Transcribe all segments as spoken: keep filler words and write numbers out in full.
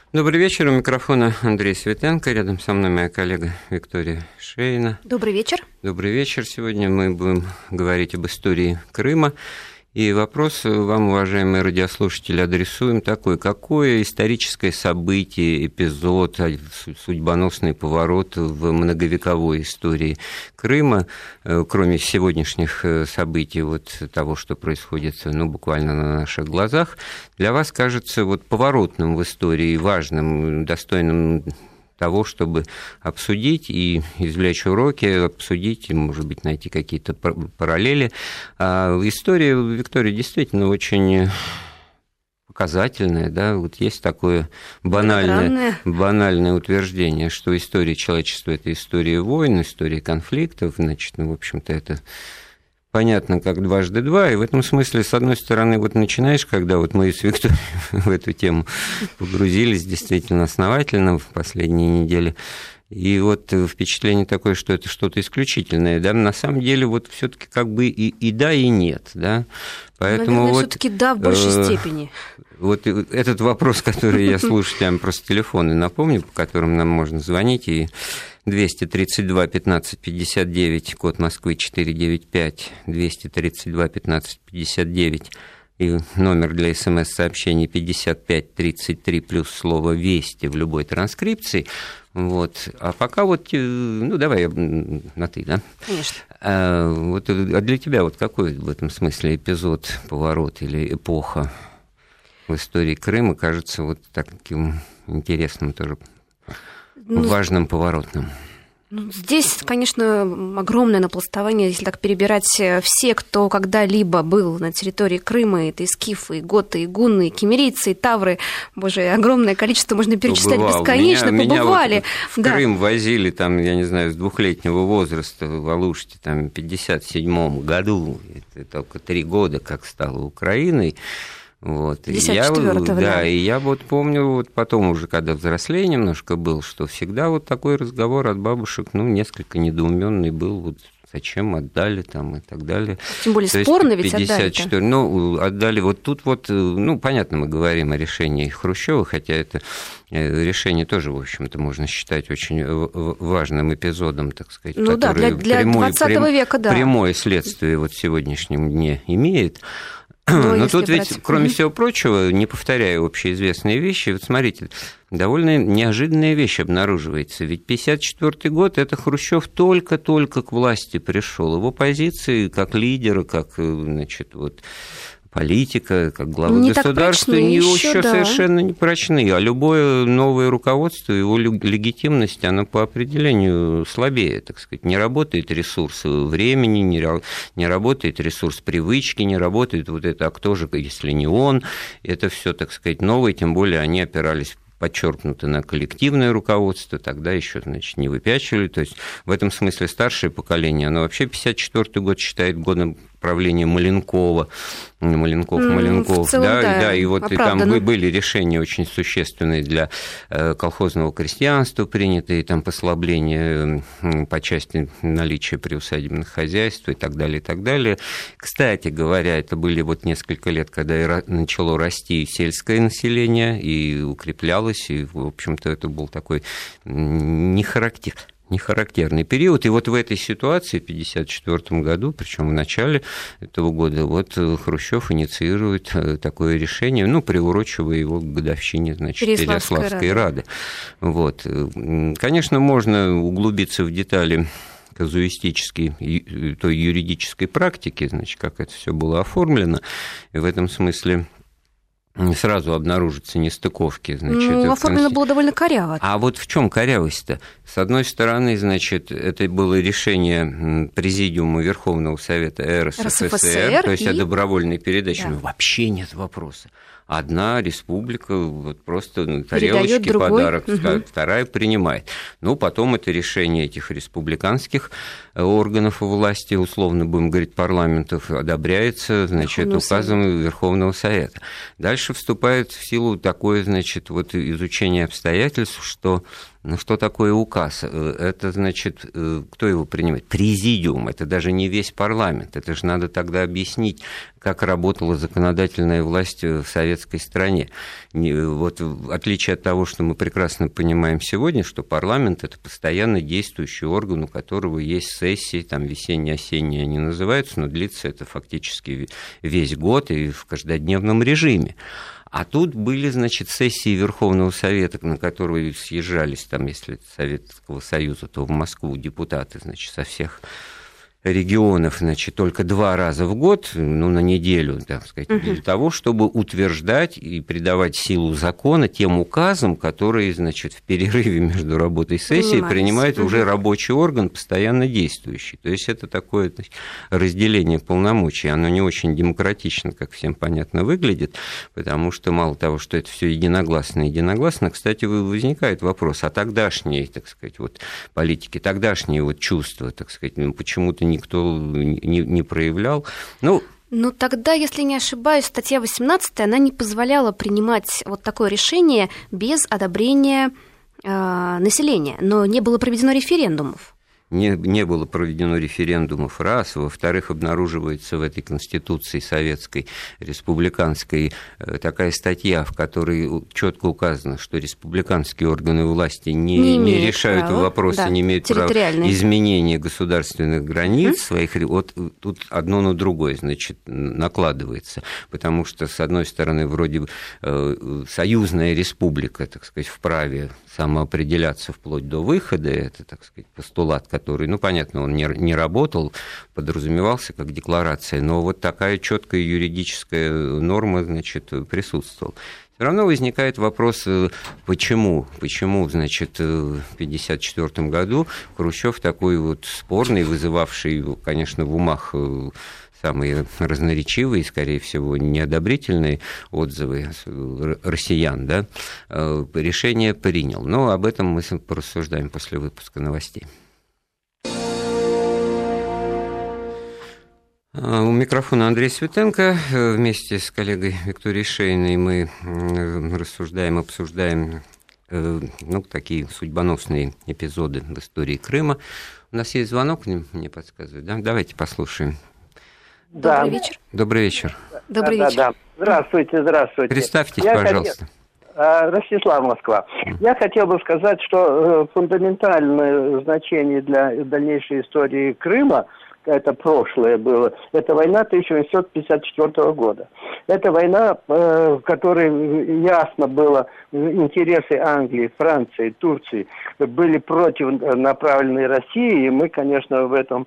Добрый вечер. У микрофона Андрей Светенко. Рядом со мной моя коллега Виктория Шейна. Добрый вечер. Добрый вечер. Сегодня мы будем говорить об истории Крыма. И вопрос вам, уважаемые радиослушатели, адресуем такой. Какое историческое событие, эпизод, судьбоносный поворот в многовековой истории Крыма, кроме сегодняшних событий, вот того, что происходит, ну, буквально на наших глазах, для вас кажется вот поворотным в истории, важным, достойным того, чтобы обсудить и извлечь уроки, обсудить, может быть, найти какие-то параллели. А история Виктории действительно очень показательная, да, вот есть такое банальное, банальное утверждение, что история человечества – это история войн, история конфликтов, значит, ну, в общем-то, это понятно, как дважды два, и в этом смысле, с одной стороны, вот начинаешь, когда вот мы с Викторией в эту тему погрузились действительно основательно в последние недели, и вот впечатление такое, что это что-то исключительное, да, на самом деле вот все-таки как бы и, и да, и нет, да, поэтому наверное, вот... все-таки да, в большей э, степени. Вот этот вопрос, который я слушателям просто телефоны напомню, по которым нам можно звонить, и двести тридцать два пятнадцать пятьдесят девять, код Москвы четыреста девяносто пять, двести тридцать два пятнадцать пятьдесят девять, и номер для смс-сообщений пятьдесят пять тридцать три плюс слово «Вести» в любой транскрипции. Вот. А пока вот, ну, давай на «ты», да? Конечно. А, вот, а для тебя вот какой в этом смысле эпизод, поворот или эпоха в истории Крыма кажется вот таким интересным тоже, ну, важным, поворотным? Ну, здесь, конечно, огромное напластование, если так перебирать все, кто когда-либо был на территории Крыма, это и скифы, и готы, и гунны, и кемерийцы, и тавры, боже, огромное количество, можно перечислять побывал. Бесконечно, меня, побывали. Меня вот в да. Крым возили, там, я не знаю, с двухлетнего возраста в Алуште, там, в пятьдесят седьмом году, это только три года, как стало Украиной. Вот. И я, да, да, и я вот помню, вот потом уже, когда взрослее немножко был, что всегда вот такой разговор от бабушек, ну, несколько недоуменный был, вот зачем отдали там и так далее. Тем более То спорно ведь пятьдесят четыре, отдали. Ну, отдали вот тут вот, ну, понятно, мы говорим о решении Хрущёва, хотя это решение тоже, в общем-то, можно считать очень важным эпизодом, так сказать, ну, который да, для, для прямой, двадцатого века, да. прямое следствие вот в сегодняшнем дне имеет. Но, Но тут ведь, брать... кроме всего прочего, не повторяя общеизвестные вещи, вот смотрите, довольно неожиданная вещь обнаруживается. Ведь пятьдесят четвёртый год – это Хрущёв только-только к власти пришел. Его позиции как лидера, как, значит, вот, политика, как главы не государства, не еще да. совершенно не прочны. А любое новое руководство, его легитимность, она по определению слабее, так сказать. Не работает ресурс времени, не, не работает ресурс привычки, не работает вот это, а кто же, если не он. Это все, так сказать, новое, тем более они опирались подчеркнуто на коллективное руководство, тогда еще, значит, не выпячивали. То есть в этом смысле старшее поколение, оно вообще пятьдесят четвёртый год считает годом правления Маленкова, Маленков, mm, Маленков, целом, да, да, да, и вот и там были решения очень существенные для колхозного крестьянства принятые, там послабления по части наличия приусадебных хозяйств и так далее, и так далее. Кстати говоря, это были вот несколько лет, когда начало расти сельское население и укреплялось, и, в общем-то, это был такой нехарактерный. нехарактерный период. И вот в этой ситуации, в пятьдесят четвёртом году, причем в начале этого года, вот Хрущёв инициирует такое решение, ну, приурочивая его к годовщине, значит, Переяславской Рады. Вот. Конечно, можно углубиться в детали казуистической, той юридической практики, значит, как это все было оформлено. И в этом смысле сразу обнаружатся нестыковки. Значит, ну, оформлено конст... было довольно коряво. А вот в чем корявость-то? С одной стороны, значит, это было решение Президиума Верховного Совета эр эс эф эс эр, то есть и... о добровольной передаче. Да. Ну, вообще нет вопроса. Одна республика вот просто на тарелочке подарок, угу. вторая принимает. Ну, потом это решение этих республиканских органов власти, условно будем говорить, парламентов, одобряется, значит, Верховного указом Совета. Верховного Совета. Дальше вступает в силу такое, значит, вот изучение обстоятельств, что ну, что такое указ? Это, значит, кто его принимает? Президиум. Это даже не весь парламент. Это же надо тогда объяснить, как работала законодательная власть в советской стране. Вот в отличие от того, что мы прекрасно понимаем сегодня, что парламент – это постоянно действующий орган, у которого есть сессии, там весенние, осенние они называются, но длится это фактически весь год и в каждодневном режиме. А тут были, значит, сессии Верховного Совета, на которые съезжались, там, если это Советского Союза, то в Москву депутаты, значит, со всех регионов, значит, только два раза в год, ну, на неделю, так сказать, uh-huh. для того, чтобы утверждать и придавать силу закона тем указам, которые, значит, в перерыве между работой сессии принимает uh-huh. уже рабочий орган, постоянно действующий. То есть это такое, значит, разделение полномочий, оно не очень демократично, как всем понятно, выглядит, потому что мало того, что это все единогласно, единогласно, кстати, возникает вопрос, а тогдашние, так сказать, вот политики, тогдашние вот чувства, так сказать, ну, почему-то никто не, не проявлял. Ну, Ну, тогда, если не ошибаюсь, статья восемнадцатая, она не позволяла принимать вот такое решение без одобрения э, населения, но не было проведено референдумов. Не, не было проведено референдумов, раз. Во-вторых, обнаруживается в этой Конституции советской, республиканской, такая статья, в которой четко указано, что республиканские органы власти не, не, не решают права, вопросы, да, не имеют права изменения государственных границ угу. своих. Вот тут одно на другое, значит, накладывается. Потому что, с одной стороны, вроде э, союзная республика, так сказать, вправе самоопределяться вплоть до выхода, это, так сказать, постулат, который, ну, понятно, он не, не работал, подразумевался как декларация, но вот такая четкая юридическая норма, значит, присутствовала. Все равно возникает вопрос, почему, почему, значит, в пятьдесят четвёртом году Хрущев такой вот спорный, вызывавший, конечно, в умах самые разноречивые, скорее всего, неодобрительные отзывы россиян, да, решение принял. Но об этом мы порассуждаем после выпуска новостей. У микрофона Андрей Светенко. Вместе с коллегой Викторией Шейной мы рассуждаем, обсуждаем, ну, такие судьбоносные эпизоды в истории Крыма. У нас есть звонок, мне подсказывают, да? Давайте послушаем. Да. Добрый вечер. Добрый вечер. Добрый да, вечер. Да, да. Здравствуйте, здравствуйте. Представьтесь, Я пожалуйста. Хотел... Ростислав, Москва. Я хотел бы сказать, что фундаментальное значение для дальнейшей истории Крыма, это прошлое было, это война тысяча восемьсот пятьдесят четвёртого года. Это война, в которой ясно было, интересы Англии, Франции, Турции были против направленной России, и мы, конечно, в этом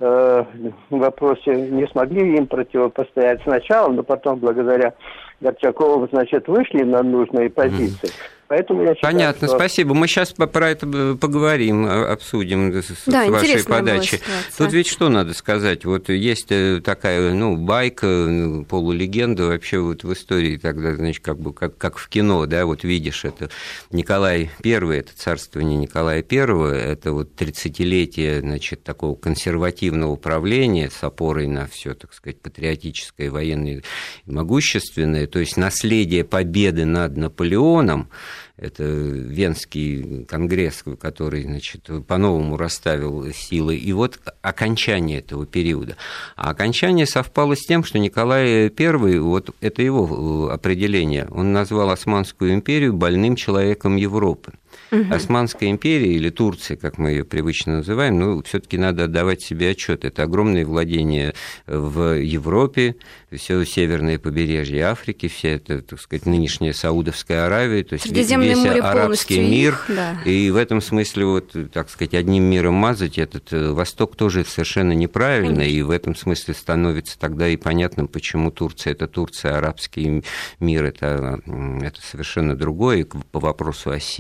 вопросе не смогли им противопостоять сначала, но потом, благодаря Горчакову, значит, вышли на нужные позиции. Поэтому я считаю, Понятно, что... спасибо. Мы сейчас про это поговорим, обсудим с, да, с вашей подачи. Тут ведь что надо сказать? Вот есть такая, ну, байка, полулегенда вообще вот в истории тогда, значит, как бы как, как в кино, да, вот видишь, это Николай Первый, это царствование Николая Первого, это вот тридцатилетие, значит, такого консервативного правления с опорой на все, так сказать, патриотическое, военное, могущественное, то есть наследие победы над Наполеоном. Это Венский конгресс, который, значит, по-новому расставил силы. И вот окончание этого периода. А окончание совпало с тем, что Николай Первый, вот это его определение, он назвал Османскую империю больным человеком Европы. Угу. Османская империя, или Турция, как мы ее привычно называем, ну, все-таки надо отдавать себе отчет. Это огромные владения в Европе, все северное побережье Африки, вся это, так сказать, нынешняя Саудовская Аравия, то есть весь арабский мир. Да. И в этом смысле, вот, так сказать, одним миром мазать этот Восток тоже совершенно неправильно, Конечно. И в этом смысле становится тогда и понятным, почему Турция – это Турция, арабский мир – это, это совершенно другое. По вопросу о Сирии, в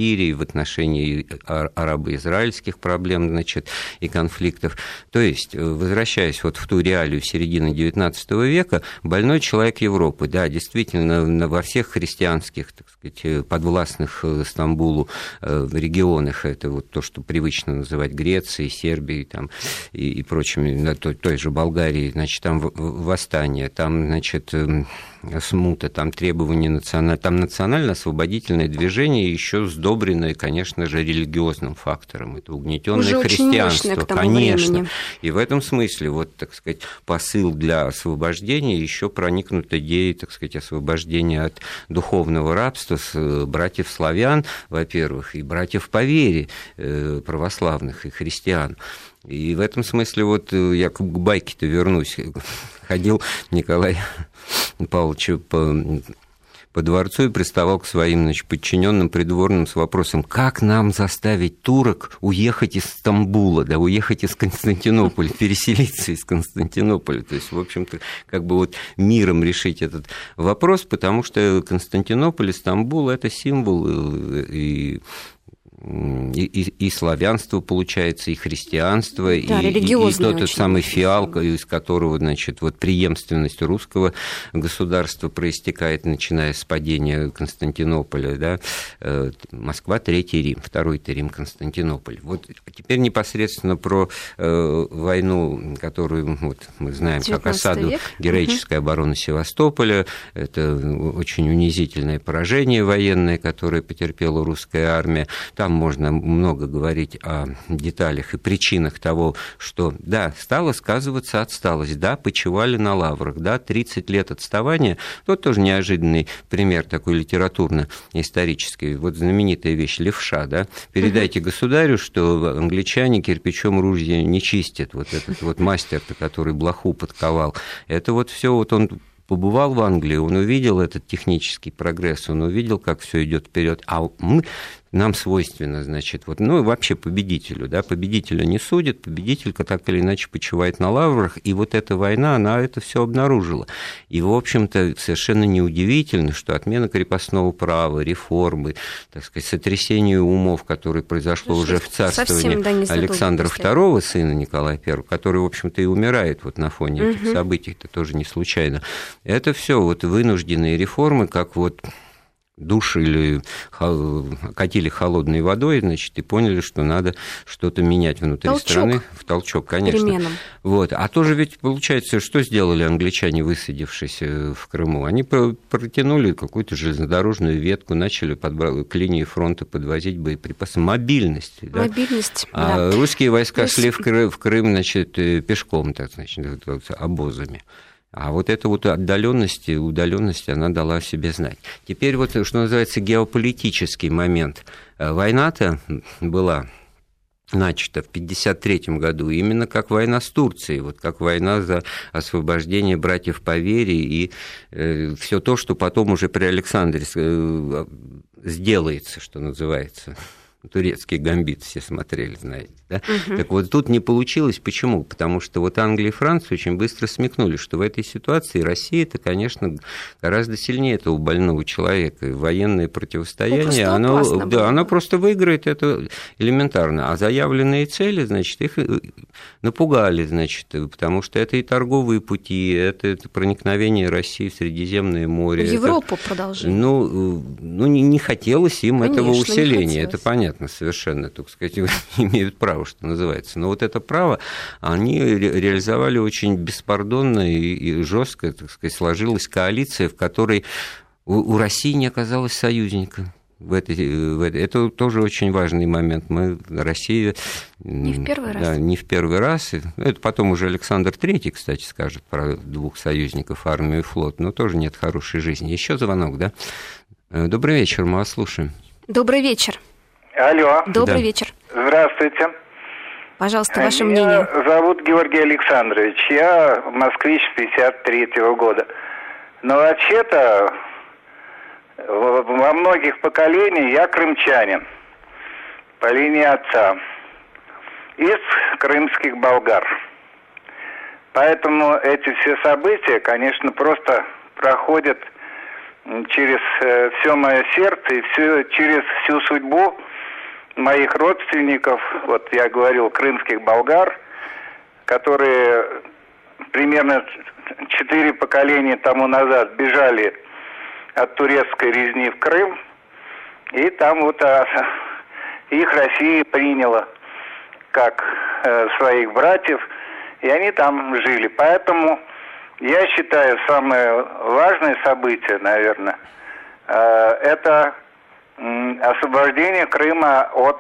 отношении арабо-израильских проблем, значит, и конфликтов. То есть, возвращаясь вот в ту реалию середины девятнадцатого века, больной человек Европы, да, действительно, во всех христианских, так сказать, подвластных Стамбулу регионах, это вот то, что привычно называть Грецией, Сербией там, и, и прочими, да, той, той же Болгарии, значит, там восстание, там, значит, смута, там требования национального, там национально-освободительное движение, еще сдобренное, конечно же, религиозным фактором. Это угнетенное уже христианство, конечно. Времени. И в этом смысле, вот, так сказать, посыл для освобождения еще проникнут идеей, так сказать, освобождения от духовного рабства с братьев славян, во-первых, и братьев по вере, православных и христиан. И в этом смысле, вот я к байке-то вернусь. Ходил Николай Павлович по, по дворцу и приставал к своим, значит, подчиненным придворным с вопросом, как нам заставить турок уехать из Стамбула, да, уехать из Константинополя, переселиться из Константинополя. То есть, в общем-то, как бы вот миром решить этот вопрос, потому что Константинополь и Стамбул – это символ и... И, и, и славянство, получается, и христианство, да, и, и, и тот самый фиал, из которого, значит, вот преемственность русского государства проистекает, начиная с падения Константинополя, да, Москва, Третий Рим, Второй-то Рим, Константинополь. Вот теперь непосредственно про э, войну, которую вот, мы знаем как осаду, век. Героическая угу. оборона Севастополя, это очень унизительное поражение военное, которое потерпела русская армия. Там можно много говорить о деталях и причинах того, что, да, стала сказываться отсталость, да, почивали на лаврах, да, тридцать лет отставания, вот тоже неожиданный пример такой литературно-исторический, вот знаменитая вещь «Левша», да, передайте государю, что англичане кирпичом ружья не чистят, вот этот вот мастер, который блоху подковал, это вот все вот он побывал в Англии, он увидел этот технический прогресс, он увидел, как все идет вперед, а мы, нам свойственно, значит, вот, ну, вообще победителю, да, победителя не судят, победитель так или иначе почивает на лаврах, и вот эта война, она это все обнаружила. И, в общем-то, совершенно неудивительно, что отмена крепостного права, реформы, так сказать, сотрясение умов, которое произошло уже в царствовании да, Александра второго, сына Николая Первого, который, в общем-то, и умирает вот на фоне угу. этих событий, это тоже не случайно. Это все вот вынужденные реформы, как вот душили, катили холодной водой, значит, и поняли, что надо что-то менять внутри толчок. страны. В толчок, конечно. Переменам. Вот. А тоже ведь, получается, что сделали англичане, высадившись в Крыму? Они протянули какую-то железнодорожную ветку, начали под... к линии фронта подвозить боеприпасы. Мобильность. Да? Мобильность, а да. Русские войска Плюс... шли в Крым, в Крым, значит, пешком, так, значит, обозами. А вот эта вот отдаленность и удаленность, она дала о себе знать. Теперь вот, что называется, геополитический момент. Война-то была начата в пятьдесят третьем году именно как война с Турцией, вот как война за освобождение братьев по вере и э, все то, что потом уже при Александре э, сделается, что называется. Турецкий гамбит все смотрели, знаете, да? Угу. Так вот, тут не получилось. Почему? Потому что вот Англия и Франция очень быстро смекнули, что в этой ситуации Россия-то, конечно, гораздо сильнее этого больного человека. И военное противостояние, оно, да, оно просто выиграет, это элементарно. А заявленные цели, значит, их напугали, значит, потому что это и торговые пути, это, это проникновение России в Средиземное море. В Европу это, продолжение. Ну, ну не, не хотелось им конечно, этого усиления, это понятно. Совершенно, так сказать, имеют право, что называется. Но вот это право они ре- реализовали очень беспардонно и, и жестко, так сказать, сложилась коалиция, в которой у, у России не оказалось союзника. В этой, в этой, это тоже очень важный момент. Мы, Россия... Не в первый раз. Да, не в первый раз. Это потом уже Александр Третий, кстати, скажет про двух союзников, армию и флот, но тоже нет хорошей жизни. Еще звонок, да? Добрый вечер, мы вас слушаем. Добрый вечер. Алло. Добрый да. вечер. Здравствуйте. Пожалуйста, ваше Меня мнение. Меня зовут Георгий Александрович. Я москвич пятьдесят третьего года. Но вообще-то во многих поколениях я крымчанин по линии отца. Из крымских болгар. Поэтому эти все события, конечно, просто проходят через все мое сердце и все, через всю судьбу моих родственников, вот я говорил, крымских болгар, которые примерно четыре поколения тому назад бежали от турецкой резни в Крым, и там вот а, их Россия приняла как э, своих братьев, и они там жили. Поэтому я считаю, самое важное событие, наверное, э, это э, освобождение Крыма от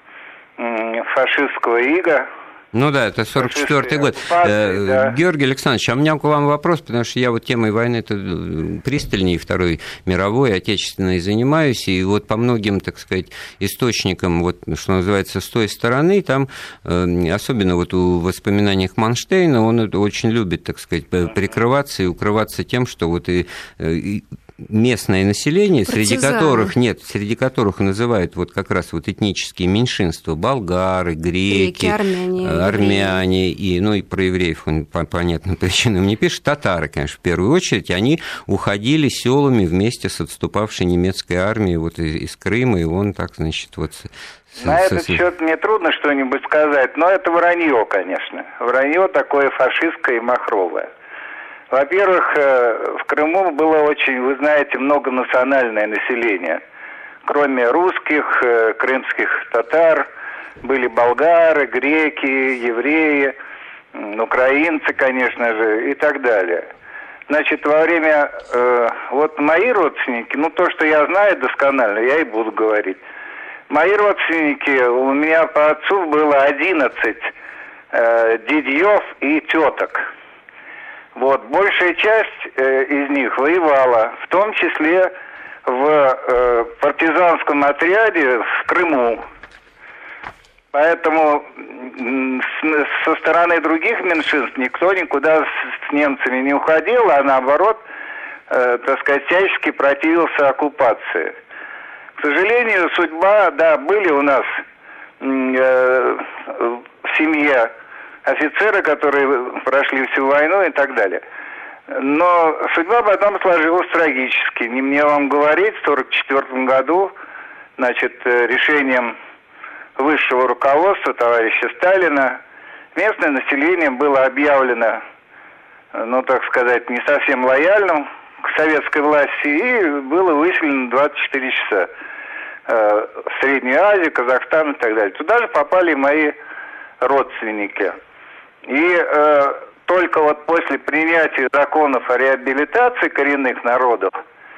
э, фашистского ига. Ну да, это сорок четвёртый год. Оккупации, да. Георгий Александрович, а у меня к вам вопрос, потому что я вот темой войны-то пристальнее Второй мировой, отечественной занимаюсь, и вот по многим, так сказать, источникам, вот, что называется, с той стороны, там, особенно вот у воспоминаниях Манштейна, он очень любит, так сказать, прикрываться и укрываться тем, что вот и... и местное население, среди которых нет, среди которых называют вот как раз вот этнические меньшинства, болгары, греки, греки армяне, армяне и, ну и про евреев он по понятным причинам не пишет, татары, конечно, в первую очередь, они уходили селами вместе с отступавшей немецкой армией вот из, из Крыма, и он так, значит, вот... На этот счет мне трудно что-нибудь сказать, но это вранье, конечно, вранье такое фашистское и махровое. Во-первых, в Крыму было очень, вы знаете, многонациональное население. Кроме русских, крымских татар, были болгары, греки, евреи, украинцы, конечно же, и так далее. Значит, во время, вот мои родственники, ну то, что я знаю досконально, я и буду говорить. Мои родственники, у меня по отцу было одиннадцать дядьев и теток. Вот, большая часть э, из них воевала, в том числе в э, партизанском отряде в Крыму. Поэтому с, со стороны других меньшинств никто никуда с, с немцами не уходил, а наоборот, э, так сказать, всячески противился оккупации. К сожалению, судьба, да, были у нас э, в семье офицеры, которые прошли всю войну и так далее. Но судьба потом сложилась трагически. Не мне вам говорить, в сорок четвёртом году, значит, решением высшего руководства товарища Сталина местное население было объявлено, ну, так сказать, не совсем лояльным к советской власти, и было выселено двадцать четыре часа э, в Среднюю Азию, Казахстан и так далее. Туда же попали мои родственники. И э, только вот после принятия законов о реабилитации коренных народов,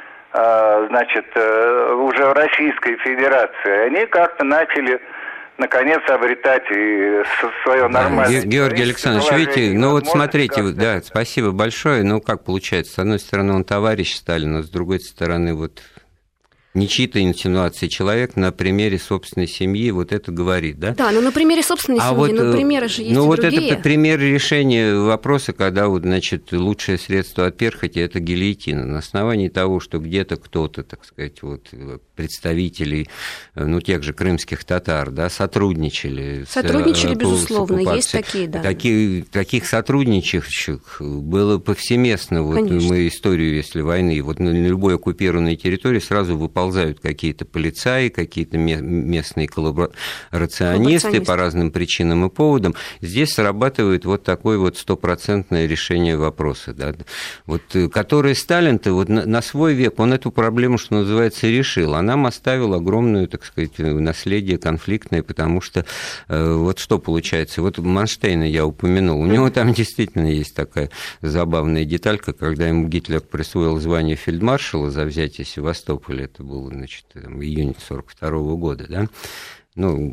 э, значит, э, уже в Российской Федерации, они как-то начали, наконец, обретать и свое нормальное... Георгий Александрович, видите, ну вот смотрите, да, спасибо большое, ну как получается, с одной стороны он товарищ Сталина, с другой стороны вот... Не чьи-то инсинуации, человек на примере собственной семьи вот это говорит, да? Да, но на примере собственной а семьи, вот, но примеры же есть ну, и другие. Ну вот это пример решения вопроса, когда вот, значит, лучшее средство от перхоти – это гильотина. На основании того, что где-то кто-то, так сказать, вот, представителей, ну, тех же крымских татар, да, сотрудничали. Сотрудничали, с, безусловно, с есть такие, да. Таких, таких сотрудничающих было повсеместно. Вот мы историю, если войны, вот на любой оккупированной территории сразу выполняли ползают какие-то полицаи, какие-то местные коллаборационисты по разным причинам и поводам. Здесь срабатывает вот такое вот стопроцентное решение вопроса, да, вот, который Сталин-то вот на, на свой век, он эту проблему, что называется, решил, а нам оставил огромную, так сказать, наследие конфликтное, потому что э, вот что получается, вот Манштейна я упомянул, у него там действительно есть такая забавная деталька, когда ему Гитлер присвоил звание фельдмаршала за взятие Севастополя, это было, значит, там, июнь сорок второго года, да, ну,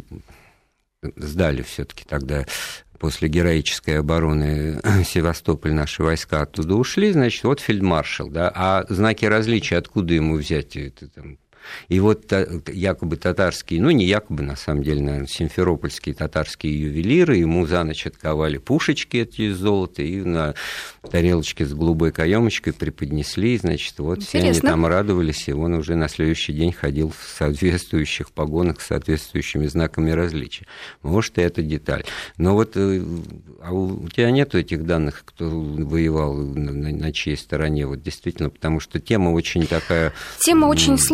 сдали все-таки тогда после героической обороны Севастополь наши войска оттуда ушли, значит, вот фельдмаршал, да, а знаки различия откуда ему взять это там? И вот якобы татарские, ну не якобы, на самом деле, наверное, симферопольские татарские ювелиры ему за ночь отковали пушечки эти из золота и на тарелочке с голубой каемочкой преподнесли, значит, вот все они там радовались, и он уже на следующий день ходил в соответствующих погонах с соответствующими знаками различия. Может, и это деталь. Но вот а у тебя нету этих данных, кто воевал на, на чьей стороне, вот действительно, потому что тема очень такая... Тема очень сложная.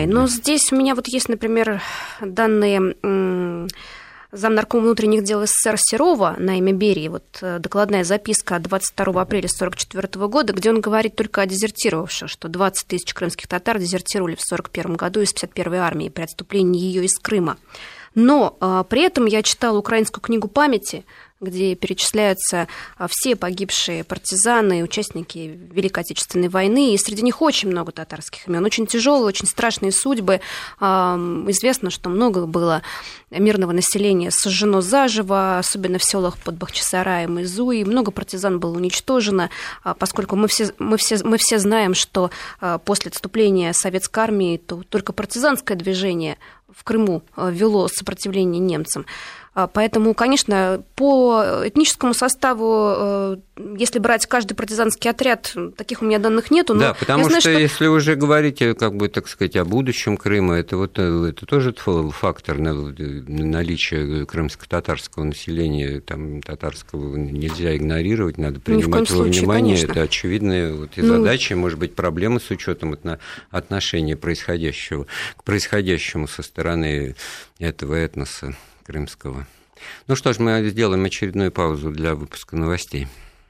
Николай, но здесь у меня вот есть, например, данные замнаркома внутренних дел СССР Серова на имя Берии, вот докладная записка от двадцать второго апреля сорок четвёртого года, где он говорит только о дезертировавших, что двадцать тысяч крымских татар дезертировали в сорок первом году из пятьдесят первой армии при отступлении ее из Крыма. Но а, при этом я читала украинскую книгу памяти, где перечисляются все погибшие партизаны, участники Великой Отечественной войны, и среди них очень много татарских имен, очень тяжелые, очень страшные судьбы. Известно, что много было мирного населения сожжено заживо, особенно в селах под Бахчисараем и Зуей, много партизан было уничтожено, поскольку мы все, мы все, мы все знаем, что после отступления советской армии то только партизанское движение в Крыму вело сопротивление немцам. Поэтому, конечно, по этническому составу, если брать каждый партизанский отряд, таких у меня данных нету. Но да, потому я знаю, что, что если уже говорите, как бы, так сказать, о будущем Крыма, это, вот, это тоже фактор наличия крымско-татарского населения, там, татарского нельзя игнорировать, надо принимать во случае, внимание. Конечно. Это очевидная вот, и ну... задача, может быть, проблемы с учетом отношения происходящего к происходящему со стороны этого этноса крымского. Ну что ж, мы сделаем очередную паузу для выпуска новостей.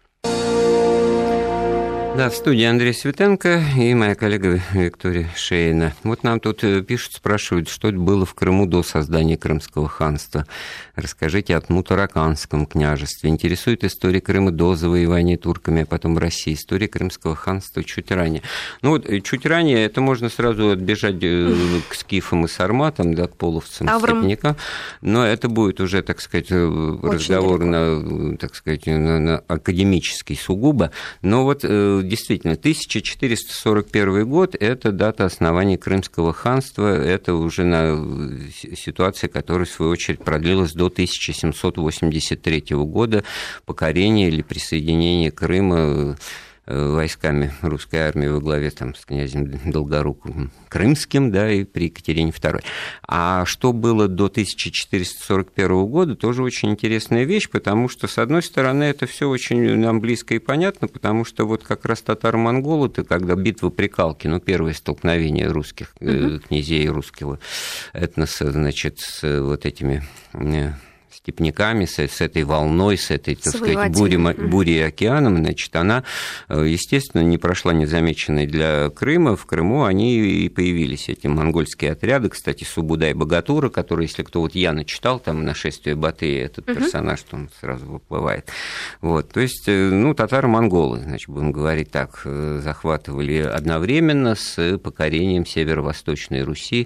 Да, в студии Андрей Светенко и моя коллега Виктория Шейна. Вот нам тут пишут, спрашивают, что это было в Крыму до создания Крымского ханства. Расскажите о Тмутараканском княжестве. Интересует история Крыма до завоевания турками, а потом России. История Крымского ханства чуть ранее. Ну вот, чуть ранее, это можно сразу отбежать к скифам и сарматам, да, к половцам, степнякам. Но это будет уже, так сказать, очень разговор на, так сказать, на, на академический сугубо. Но вот действительно, тысяча четыреста сорок первый год – это дата основания Крымского ханства, это уже на ситуация, которая, в свою очередь, продлилась до тысяча семьсот восемьдесят третьего года, покорение или присоединение Крыма войсками русской армии во главе там, с князем Долгоруком Крымским, да, и при Екатерине второй. А что было до тысяча четыреста сорок первого года, тоже очень интересная вещь, потому что, с одной стороны, это все очень нам близко и понятно, потому что вот как раз татаро-монголы-то, когда битва при Калке, ну, первое столкновение русских угу. князей русского этноса, значит, с вот этими степняками, с, с этой волной, с этой, так сказать, бурей, бурей океаном, значит, она, естественно, не прошла незамеченной для Крыма. В Крыму они и появились, эти монгольские отряды. Кстати, Субудай-Богатура, который, если кто вот Яна читал, там «Нашествие Батыя», этот uh-huh. персонаж, он сразу выплывает. Вот, то есть, ну, татаро-монголы, значит, будем говорить так, захватывали одновременно с покорением северо-восточной Руси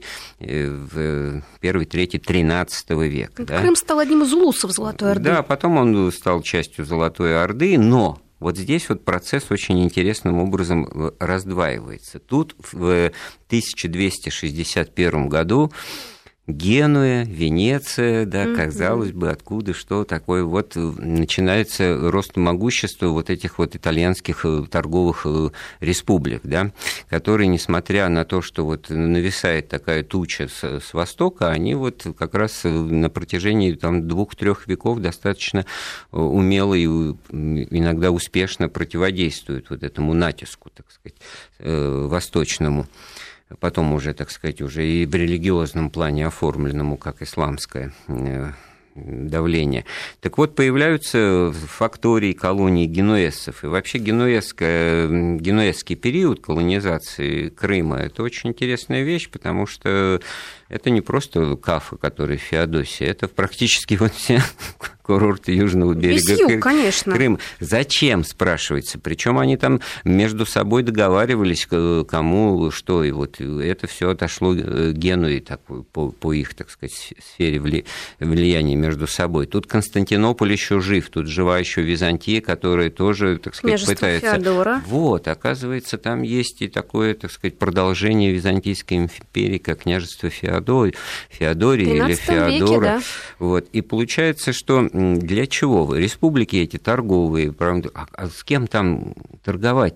в первый, третий, тринадцатого века. Крым да? стал одним из улусов Золотой Орды. Да, потом он стал частью Золотой Орды, но вот здесь вот процесс очень интересным образом раздваивается. Тут в тысяча двести шестьдесят первом году Генуя, Венеция, да, mm-hmm. казалось бы, откуда, что такое, вот начинается рост могущества вот этих вот итальянских торговых республик, да, которые, несмотря на то, что вот нависает такая туча с, с востока, они вот как раз на протяжении там двух-трех веков достаточно умело и иногда успешно противодействуют вот этому натиску, так сказать, восточному. Потом уже, так сказать, уже и в религиозном плане оформленному, как исламское давление. Так вот, появляются фактории колонии генуэзцев. И вообще генуэзский период колонизации Крыма – это очень интересная вещь, потому что это не просто Кафа, который в Феодосии, это практически вот все курорты южного берега Весь юг, конечно. Крыма. Зачем, спрашивается? Причем они там между собой договаривались, кому что. И вот это все отошло Генуе так, по, по их, так сказать, сфере вли, влияния между собой. Тут Константинополь еще жив, тут жива еще Византия, которая тоже, так сказать, Княжество пытается... Феодора. Вот, оказывается, там есть и такое, так сказать, продолжение Византийской империи, как княжество Феодора. Феодории или Феодора. Веке, да. Вот. И получается, что для чего вы? Республики эти торговые, правда, а с кем там торговать-то?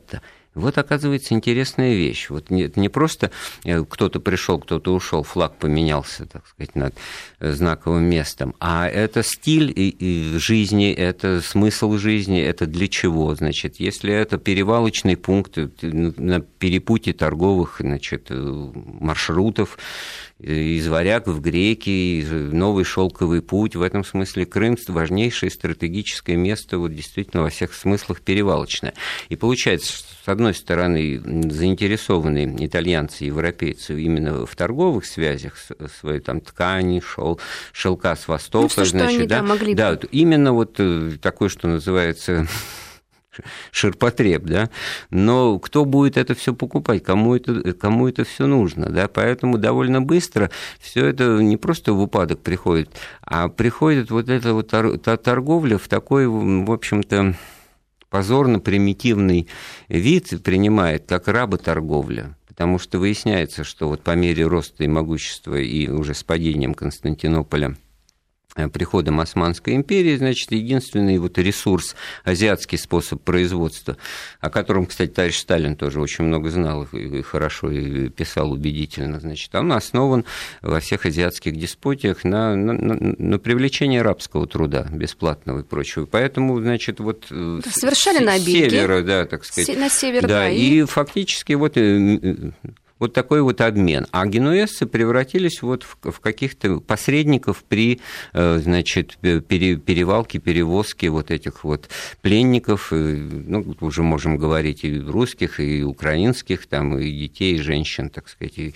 Вот, оказывается, интересная вещь. Вот не, не просто кто-то пришел, кто-то ушел, флаг поменялся, так сказать, над знаковым местом, а это стиль и, и жизни, это смысл жизни, это для чего? Значит, если это перевалочный пункт на перепутье торговых, значит, маршрутов, из варяг в греки, новый шелковый путь. В этом смысле Крым – важнейшее стратегическое место, вот действительно во всех смыслах перевалочное. И получается, с одной стороны, заинтересованы итальянцы и европейцы именно в торговых связях, своей там ткани, шел, шелка с Востока. Ну, все, значит, что они, да, да, могли да, бы. именно вот такой, что называется... ширпотреб, да, но кто будет это все покупать, кому это, кому это все нужно, да, поэтому довольно быстро все это не просто в упадок приходит, а приходит вот эта вот торговля в такой, в общем-то, позорно-примитивный вид принимает, как работорговля. Потому что выясняется, что вот по мере роста и могущества и уже с падением Константинополя, приходом Османской империи, значит, единственный вот ресурс, азиатский способ производства, о котором, кстати, товарищ Сталин тоже очень много знал и хорошо и писал убедительно, значит, он основан во всех азиатских деспотиях на, на, на привлечение рабского труда, бесплатного и прочего. Поэтому, значит, вот совершали с набеги севера, да, так сказать, на север, да, да, и... и фактически вот... Вот такой вот обмен. А генуэзцы превратились вот в, в каких-то посредников при, значит, пере, перевалке, перевозке вот этих вот пленников, ну, уже можем говорить и русских, и украинских, там, и детей, и женщин, так сказать, и,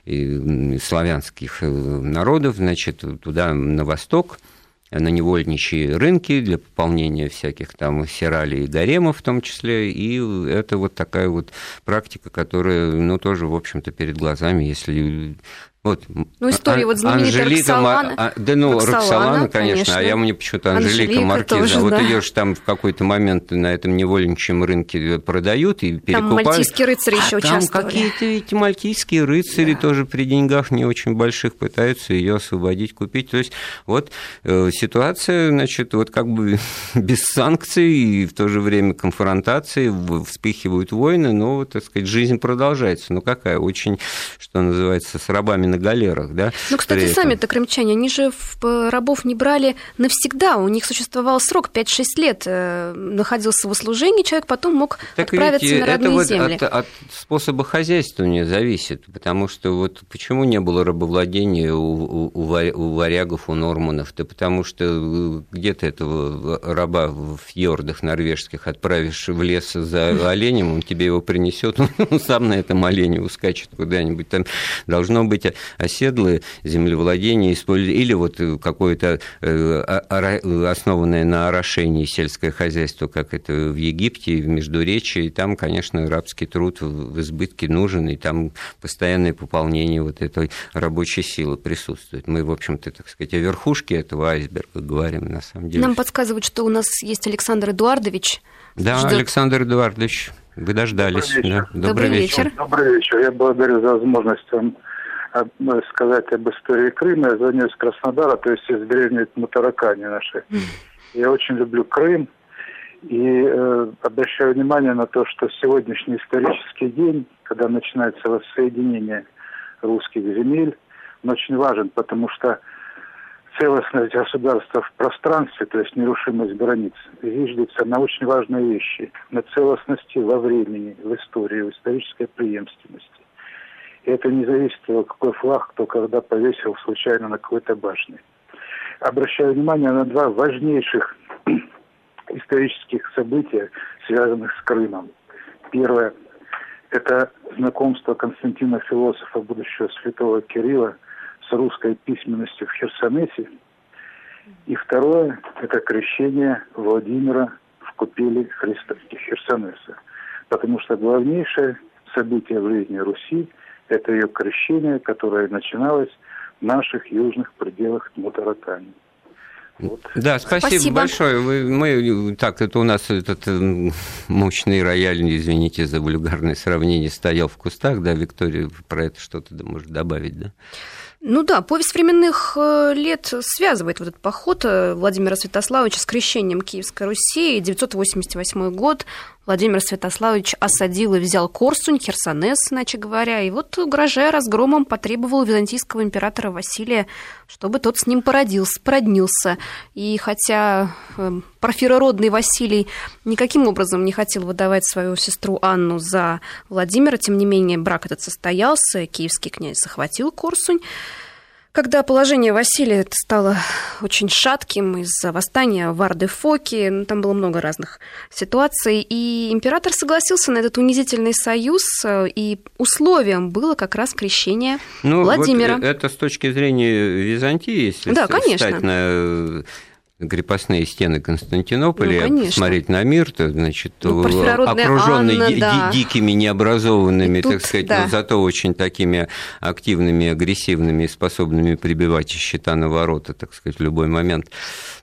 и славянских народов, значит, туда на восток, на невольничьи рынки для пополнения всяких там сиралей и гаремов в том числе, и это вот такая вот практика, которая, ну, тоже, в общем-то, перед глазами, если... Вот, ну, история а, вот знаменитая Роксолана. А, да, ну, Роксолана, Роксолана конечно, конечно, а я мне почему-то Анжелика, Анжелика Маркиза. Тоже, а вот да. Ее же там в какой-то момент на этом невольничьем рынке продают и перекупают. Там мальтийские рыцари а еще участвовали. Там какие-то эти мальтийские рыцари да. тоже при деньгах не очень больших пытаются ее освободить, купить. То есть вот э, ситуация, значит, вот как бы без санкций и в то же время конфронтации, вспыхивают войны, но, так сказать, жизнь продолжается. Ну, какая? Очень, что называется, с рабами на галерах, да? Ну, кстати, сами-то крымчане, они же в рабов не брали навсегда, у них существовал срок пять-шесть лет, находился в услужении, человек потом мог так отправиться на родные это земли. Вот от, от способа хозяйствования зависит, потому что вот почему не было рабовладения у, у, у варягов, у норманов, да потому что где ты этого раба в фьордах норвежских отправишь в лес за оленем, он тебе его принесет, он сам на этом олене ускачет куда-нибудь, там должно быть оседлые землевладения или вот какое-то основанное на орошении сельское хозяйство, как это в Египте, в Междуречии, и там, конечно, рабский труд в избытке нужен, и там постоянное пополнение вот этой рабочей силы присутствует. Мы, в общем-то, так сказать, о верхушке этого айсберга говорим, на самом деле. Нам подсказывают, что у нас есть Александр Эдуардович. Да, ждёт... Александр Эдуардович, вы дождались. Добрый вечер. Да. Добрый, Добрый вечер. вечер. Добрый вечер. Я благодарю за возможность вам сказать об истории Крыма. Я звоню из Краснодара, то есть из деревни Мутаракани нашей. Mm. Я очень люблю Крым и э, обращаю внимание на то, что сегодняшний исторический день, когда начинается воссоединение русских земель, он очень важен, потому что целостность государства в пространстве, то есть нерушимость границ, зиждется на очень важные вещи, на целостности во времени, в истории, в исторической преемственности. И это не зависит от того, какой флаг кто когда повесил случайно на какой-то башне. Обращаю внимание на два важнейших исторических события, связанных с Крымом. Первое – это знакомство Константина Философа, будущего святого Кирилла, с русской письменностью в Херсонесе. И второе – это крещение Владимира в купели Христа Херсонеса. Потому что главнейшее событие в жизни Руси – это ее крещение, которое начиналось в наших южных пределах Мутаракани. Вот. Да, спасибо, спасибо. большое. Вы, мы, так, это у нас этот мощный рояль, извините за вульгарное сравнение, стоял в кустах, да, Виктория про это что-то может добавить, да? Ну да, повесть временных лет связывает вот этот поход Владимира Святославовича с крещением Киевской Руси. девятьсот восемьдесят восьмой год. Владимир Святославович осадил и взял Корсунь, Херсонес, иначе говоря, и вот, угрожая разгромом, потребовал византийского императора Василия, чтобы тот с ним породился, породнился. И хотя порфирородный Василий никаким образом не хотел выдавать свою сестру Анну за Владимира, тем не менее брак этот состоялся, киевский князь захватил Корсунь. Когда положение Василия стало очень шатким из-за восстания Варды Фоки, ну, там было много разных ситуаций, и император согласился на этот унизительный союз, и условием было как раз крещение ну, Владимира. Вот это с точки зрения Византии, если да, встать конечно. на крепостные стены Константинополя, ну, посмотреть на мир, то, значит, ну, окруженный Анна, ди- да. дикими, необразованными, тут, так сказать, да. но зато очень такими активными, агрессивными и способными прибивать счета на ворота, так сказать, в любой момент,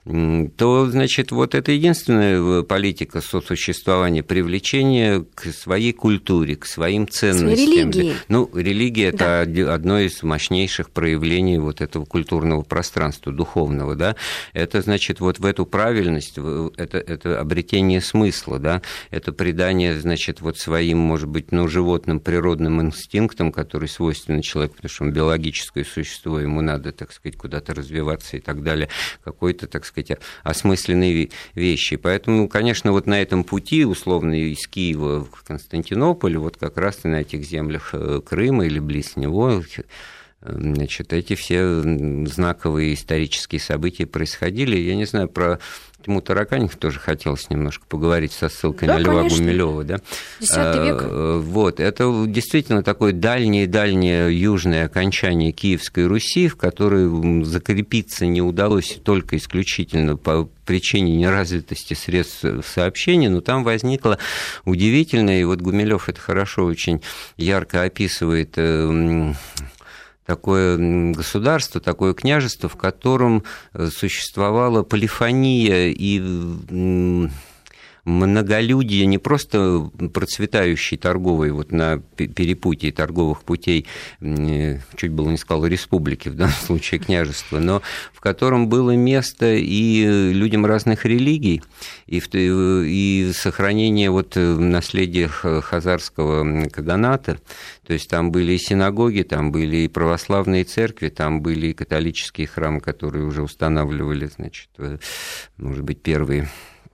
то, значит, вот это единственная политика сосуществования, привлечения к своей культуре, к своим ценностям. Религии. Ну, религия да. – это одно из мощнейших проявлений вот этого культурного пространства, духовного, да, это, значит, вот в эту правильность, это, это обретение смысла, да, это придание, значит, вот своим, может быть, ну, животным, природным инстинктам, которые свойственны человеку, потому что он биологическое существо, ему надо, так сказать, куда-то развиваться и так далее, какой-то, так сказать, осмысленные вещи. Поэтому, конечно, вот на этом пути, условно, из Киева в Константинополь, вот как раз и на этих землях Крыма или близ него, значит, эти все знаковые исторические события происходили. Я не знаю, про Тьму Тараканев тоже хотелось немножко поговорить со ссылкой да, на Льва конечно. Гумилёва. Да? Десятый век. Вот, это действительно такое дальнее-дальнее южное окончание Киевской Руси, в которой закрепиться не удалось только исключительно по причине неразвитости средств сообщения, но там возникло удивительное, и вот Гумилёв это хорошо очень ярко описывает, такое государство, такое княжество, в котором существовала полифония и многолюдие, не просто процветающей торговой, вот на перепутье торговых путей, чуть было не сказал республики, в данном случае княжества, но в котором было место и людям разных религий, и, в, и сохранение вот наследия хазарского каганата. То есть там были и синагоги, там были и православные церкви, там были и католические храмы, которые уже устанавливали, значит, может быть, первые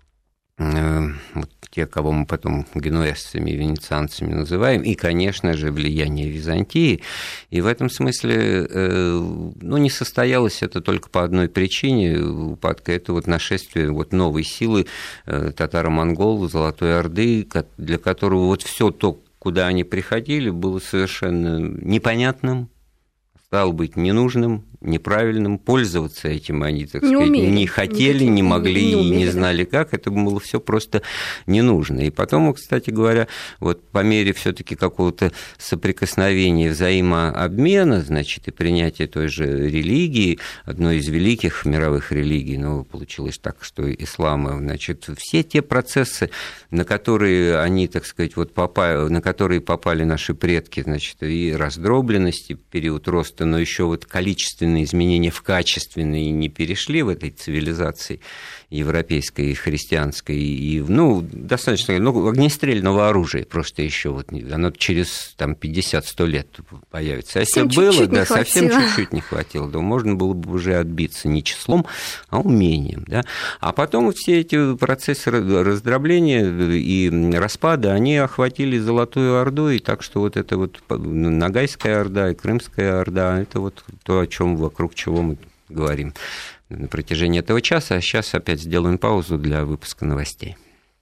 вот те, кого мы потом генуэзцами и венецианцами называем, и, конечно же, влияние Византии. И в этом смысле, ну, не состоялось это только по одной причине упадка. Это вот нашествие вот новой силы татаро-монгол, Золотой Орды, для которого вот все то, куда они приходили, было совершенно непонятным, стало быть ненужным, неправильным, пользоваться этим они, так не сказать, умели. не хотели, не могли не, и не знали как, это было все просто не нужно. И потом, кстати говоря, вот по мере все-таки какого-то соприкосновения, взаимообмена, значит, и принятия той же религии, одной из великих мировых религий, но получилось так, что ислама, значит, все те процессы, на которые они, так сказать, вот попали, на которые попали наши предки, значит, и раздробленность, и период роста, но еще вот количественные изменения в качественные не перешли в этой цивилизации европейской и христианской, и, ну, достаточно, ну, огнестрельного оружия просто еще вот, оно через там пятьдесят-сто лет появится. А если было, да, совсем чуть-чуть не хватило, то можно было бы уже отбиться не числом, а умением, да. А потом все эти процессы раздробления и распада, они охватили Золотую Орду, и так что вот это вот Ногайская Орда и Крымская Орда, это вот то, о чем вокруг чего мы говорим на протяжении этого часа. А сейчас опять сделаем паузу для выпуска новостей.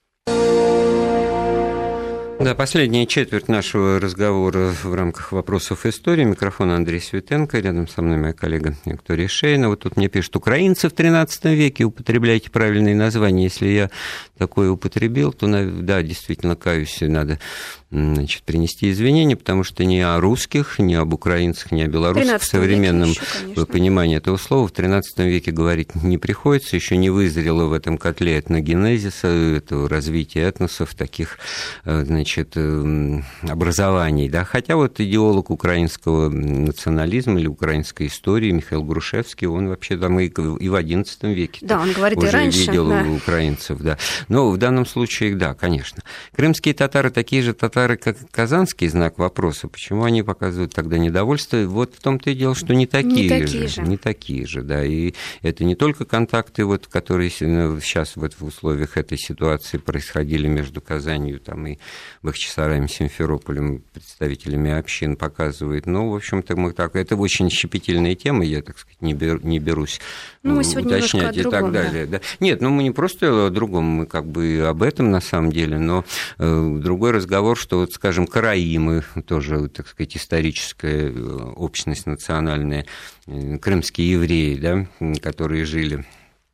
Да, последняя четверть нашего разговора в рамках вопросов истории. Микрофон Андрей Светенко, рядом со мной моя коллега Виктория Шейна. Вот тут мне пишут: украинцы в тринадцатом веке, употребляйте правильные названия. Если я такое употребил, то, да, действительно, каюсь, надо значит, принести извинения, потому что ни о русских, ни об украинцах, ни о белорусах в современном еще, понимании этого слова в тринадцатом веке говорить не приходится, еще не вызрело в этом котле этногенезиса, этого развития этносов, таких, значит, образований, да, хотя вот идеолог украинского национализма или украинской истории Михаил Грушевский, он вообще там и, и в одиннадцатом веке да, он говорит, уже и раньше, видел да. украинцев, да. Но в данном случае, да, конечно. Крымские татары такие же татары, как казанский, знак вопроса. Почему они показывают тогда недовольство? Вот в том-то и дело, что не такие, не такие же, же. Не такие же, да. И это не только контакты, вот, которые сейчас вот в условиях этой ситуации происходили между Казанью там, и Бахчисараем, Симферополем, представителями общин показывает. Ну, в общем-то, мы так... Это очень щепетильная тема, я, так сказать, не, беру, не берусь ну, мы сегодня уточнять и другом, так далее. Да. Да. Нет, ну мы не просто о другом, мы как бы об этом на самом деле, но э, другой разговор, что, вот, скажем, караимы, тоже, так сказать, историческая общность национальная, э, крымские евреи, да, которые жили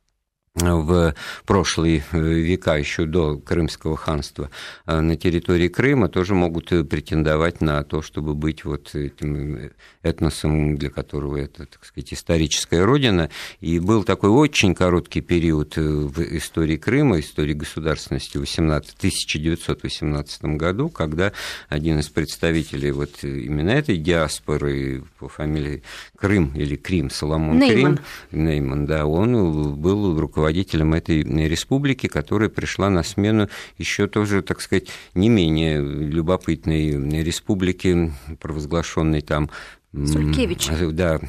в прошлые века, еще до Крымского ханства, на территории Крыма, тоже могут претендовать на то, чтобы быть вот этим этносом, для которого это, так сказать, историческая родина. И был такой очень короткий период в истории Крыма, истории государственности в тысяча девятьсот восемнадцатом году, когда один из представителей вот именно этой диаспоры по фамилии Крым или Крим, Соломон Нейман. Крим, Нейман, да, он был руководителем руководителем этой республики, которая пришла на смену еще тоже, так сказать, не менее любопытной республики, провозглашенной там... Сулькевич. Да,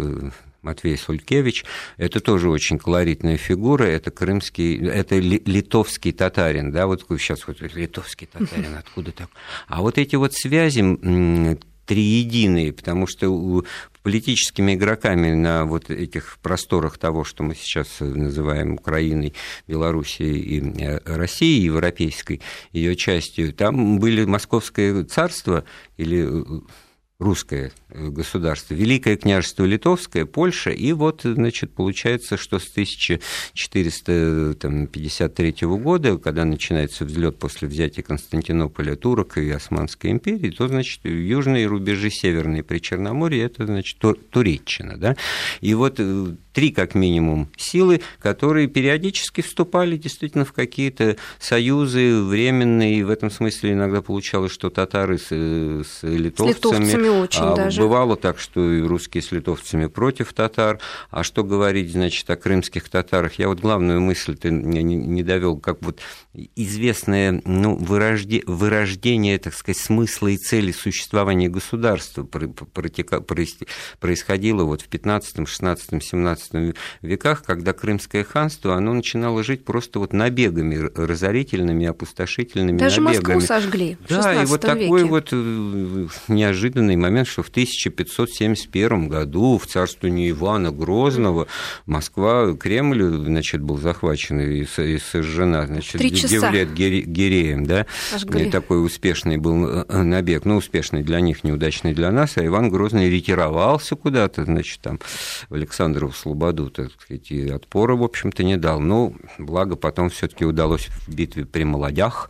Матвей Сулькевич. Это тоже очень колоритная фигура, это крымский, это литовский татарин, да, вот сейчас вот литовский татарин, откуда так? А вот эти вот связи триединые, потому что политическими игроками на вот этих просторах того, что мы сейчас называем Украиной, Белоруссией и Россией, европейской ее частью, там были Московское царство или русское государство, Великое княжество Литовское, Польша, и вот, значит, получается, что с тысяча четыреста пятьдесят третьего года, когда начинается взлет после взятия Константинополя турок и Османской империи, то, значит, южные рубежи, северные Причерноморье, это, значит, Туреччина, да, и вот три, как минимум, силы, которые периодически вступали действительно в какие-то союзы временные, и в этом смысле иногда получалось, что татары с, с литовцами, с литовцами очень а, даже. Бывало так, что и русские с литовцами против татар. А что говорить, значит, о крымских татарах? Я вот главную мысль ты не, не довел, как вот известное, ну, вырожде, вырождение, так сказать, смысла и цели существования государства протека, происходило вот в пятнадцатом, шестнадцатом, семнадцатом веках, когда Крымское ханство, оно начинало жить просто вот набегами, разорительными, опустошительными даже набегами. Москву сожгли в да, и вот веке. такой вот неожиданный момент, что в тысяча пятьсот семьдесят первом году в царствовании Ивана Грозного Москва, Кремль, значит, был захвачен и, и сожжена, значит, Девлет Гиреем, да, и такой успешный был набег, ну, успешный для них, неудачный для нас, а Иван Грозный ретировался куда-то, значит, там, в Александрову Слободу, так сказать, и отпора, в общем-то, не дал, но, благо, потом все-таки удалось в битве при Молодях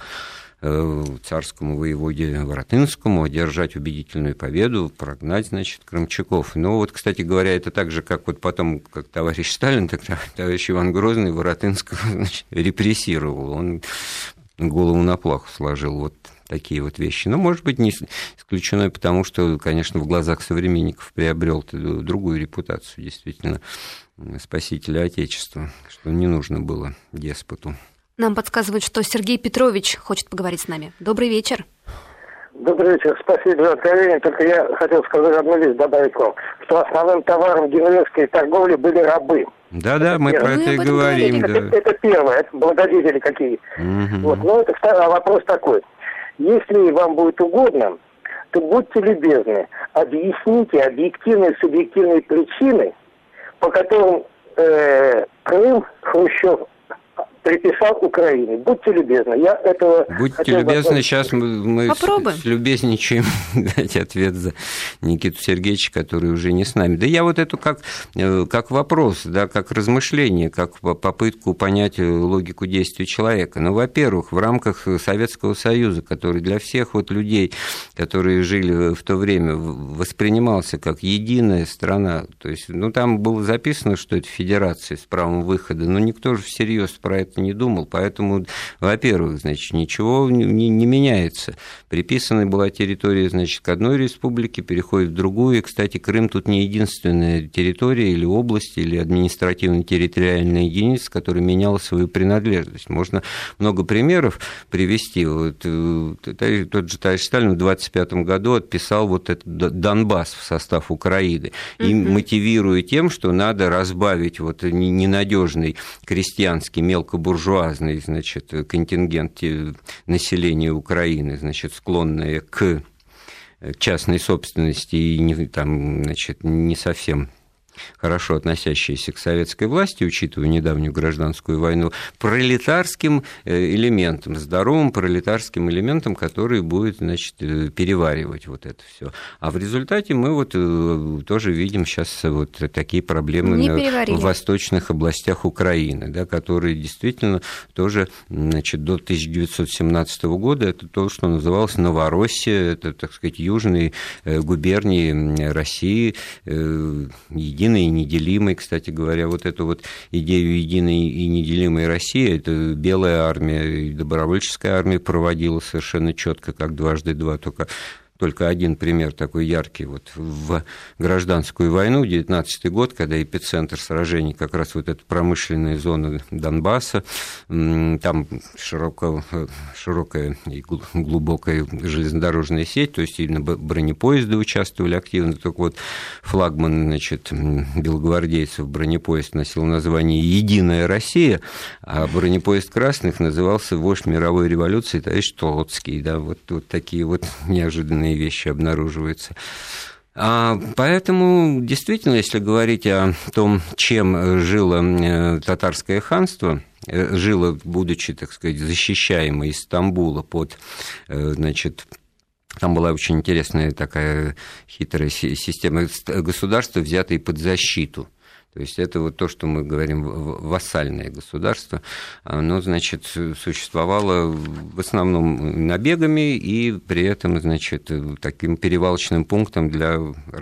царскому воеводе Воротынскому одержать убедительную победу, прогнать, значит, крымчаков. Но вот, кстати говоря, это так же, как вот потом, как товарищ Сталин, так товарищ Иван Грозный Воротынского, значит, репрессировал. Он голову на плаху сложил. Вот такие вот вещи. Но, может быть, не исключено, потому что, конечно, в глазах современников приобрел другую репутацию, действительно, спасителя Отечества, что не нужно было деспоту. Нам подсказывают, что Сергей Петрович хочет поговорить с нами. Добрый вечер. Добрый вечер. Спасибо за откровение. Только я хотел сказать одну вещь, добавить вам, что основным товаром генуэзской торговли были рабы. Да-да, мы про это и говорим. Это, да. это, это первое, это благодетели какие. Угу. Вот. Но это второй вопрос такой. Если вам будет угодно, то будьте любезны, объясните объективные и субъективные причины, по которым э, Крым Хрущев приписал Украине. Будьте любезны, я этого... Будьте любезны, бы... сейчас мы, мы с, любезничаем дать ответ за Никиту Сергеевича, который уже не с нами. Да я вот эту как, как вопрос, да, как размышление, как попытку понять логику действий человека. Ну, во-первых, в рамках Советского Союза, который для всех вот людей, которые жили в то время, воспринимался как единая страна, то есть, ну, там было записано, что это федерация с правом выхода, но никто же всерьез про это не думал, поэтому, во-первых, значит, ничего не, не меняется. Приписана была территория, значит, к одной республике, переходит в другую, и, кстати, Крым тут не единственная территория или область, или административно-территориальная единица, которая меняла свою принадлежность. Можно много примеров привести. Вот, тот же товарищ Сталин в двадцать пятом году отписал вот этот Донбасс в состав Украины, и mm-hmm. мотивируя тем, что надо разбавить вот ненадежный крестьянский мелкобуржуазный, значит, контингент населения Украины, значит, склонное к частной собственности и не, там, значит, не совсем хорошо относящиеся к советской власти, учитывая недавнюю гражданскую войну, пролетарским элементом, здоровым пролетарским элементом, который будет, значит, переваривать вот это все. А в результате мы вот тоже видим сейчас вот такие проблемы в восточных областях Украины, да, которые действительно тоже, значит, до тысяча девятьсот семнадцатого года это то, что называлось Новороссия, это, так сказать, южные губернии России, единой и неделимой, кстати говоря, вот эту вот идею единой и неделимой России, это Белая армия и добровольческая армия проводила совершенно четко, как дважды два, только... Только один пример такой яркий. Вот в гражданскую войну, девятнадцатый год, когда эпицентр сражений, как раз вот эта промышленная зона Донбасса, там широко, широкая и глубокая железнодорожная сеть, то есть именно бронепоезды участвовали активно. Только вот флагман, значит, белогвардейцев бронепоезд носил название «Единая Россия», а бронепоезд красных назывался «Вождь мировой революции» товарищ Троцкий. Да, вот, вот такие вот неожиданные вещи обнаруживаются. А поэтому, действительно, если говорить о том, чем жило татарское ханство, жило, будучи, так сказать, защищаемо из Стамбула под, значит, там была очень интересная такая хитрая система государства, взятая под защиту. То есть это вот то, что мы говорим, вассальное государство, оно, значит, существовало в основном набегами и при этом, значит, таким перевалочным пунктом для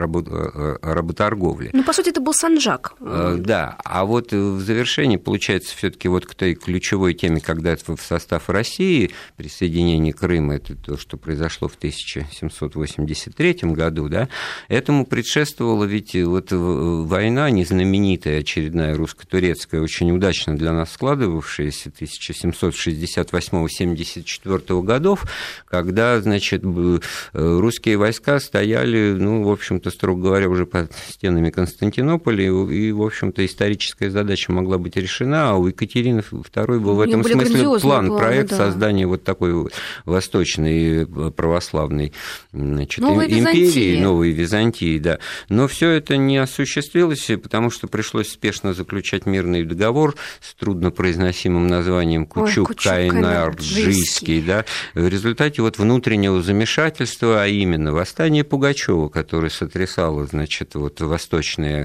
работорговли. Ну, по сути, это был Санджак. Да, а вот в завершении, получается, все-таки вот к той ключевой теме, когда это в состав России, присоединение Крыма, это то, что произошло в тысяча семьсот восемьдесят третьем году, да, этому предшествовала ведь вот война незнаменитая, очередная русско-турецкая, очень удачно для нас складывавшаяся, тысяча семьсот шестьдесят восьмого — семьдесят четвёртого годов, когда, значит, русские войска стояли, ну, в общем-то, строго говоря, уже под стенами Константинополя, и, в общем-то, историческая задача могла быть решена, а у Екатерины второй был в этом смысле план, планы, проект да. создания вот такой восточной православной, значит, империи, Византии. новой Византии, да. Но все это не осуществилось, потому что пришлось спешно заключать мирный договор с труднопроизносимым названием Кучук-Кайнар-Джийский. Да. В результате вот внутреннего замешательства, а именно восстание Пугачева, которое сотрясало, значит, вот восточные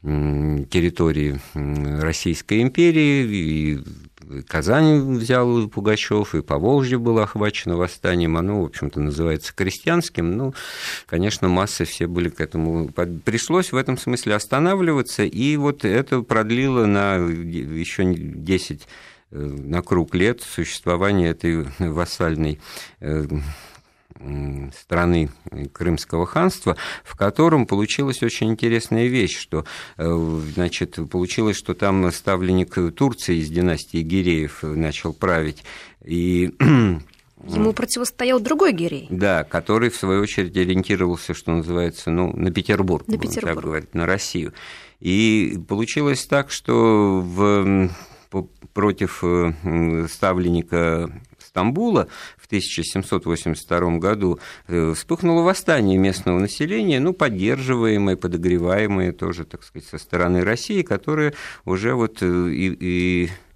территории Российской империи, и Казань взял Пугачев, и Поволжье было охвачено восстанием, оно, в общем-то, называется крестьянским, ну, конечно, массы все были к этому, пришлось в этом смысле останавливаться, и вот это продлило на еще десять на круг лет существования этой вассальной страны Крымского ханства, в котором получилась очень интересная вещь, что, значит, получилось, что там ставленник Турции из династии Гиреев начал править, и ему противостоял другой Гирей. Да, который, в свою очередь, ориентировался, что называется, ну, на Петербург, на Петербург. Так говорить, на Россию. И получилось так, что в, против ставленника Стамбула в тысяча семьсот восемьдесят втором году вспыхнуло восстание местного населения, ну, поддерживаемое, подогреваемое тоже, так сказать, со стороны России, которое уже вот и, и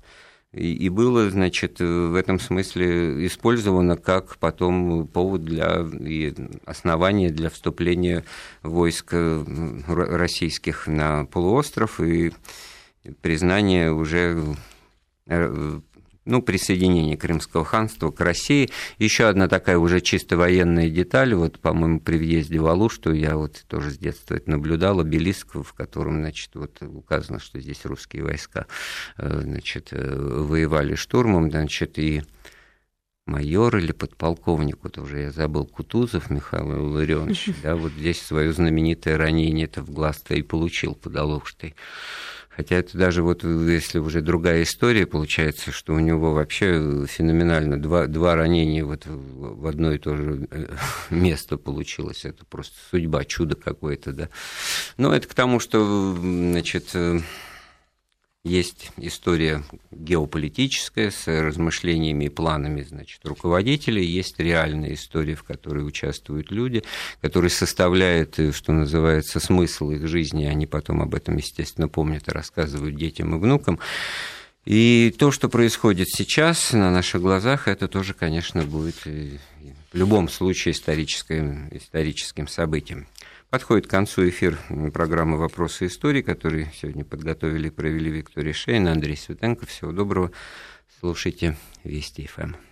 и было, значит, в этом смысле использовано как потом повод для и основание для вступления войск российских на полуостров и признание уже, ну, присоединение Крымского ханства к России. Еще одна такая уже чисто военная деталь, вот, по-моему, при въезде в Алушту, я вот тоже с детства это наблюдал, обелиск, в котором, значит, вот указано, что здесь русские войска, значит, воевали штурмом, значит, и майор или подполковник, вот уже я забыл, Кутузов Михаил Илларионович, да, вот здесь свое знаменитое ранение-то в глаз-то и получил под Алуштой. Хотя это даже вот, если уже другая история, получается, что у него вообще феноменально два, два ранения вот в одно и то же место получилось. Это просто судьба, чудо какое-то, да. Но это к тому, что, значит, есть история геополитическая с размышлениями и планами, значит, руководителей, есть реальная история, в которой участвуют люди, которые составляют, что называется, смысл их жизни, они потом об этом, естественно, помнят и рассказывают детям и внукам. И то, что происходит сейчас на наших глазах, это тоже, конечно, будет в любом случае историческим, историческим событием. Подходит к концу эфир программы «Вопросы истории», который сегодня подготовили и провели Виктория Шейн, Андрей Светенко. Всего доброго. Слушайте Вести эф эм.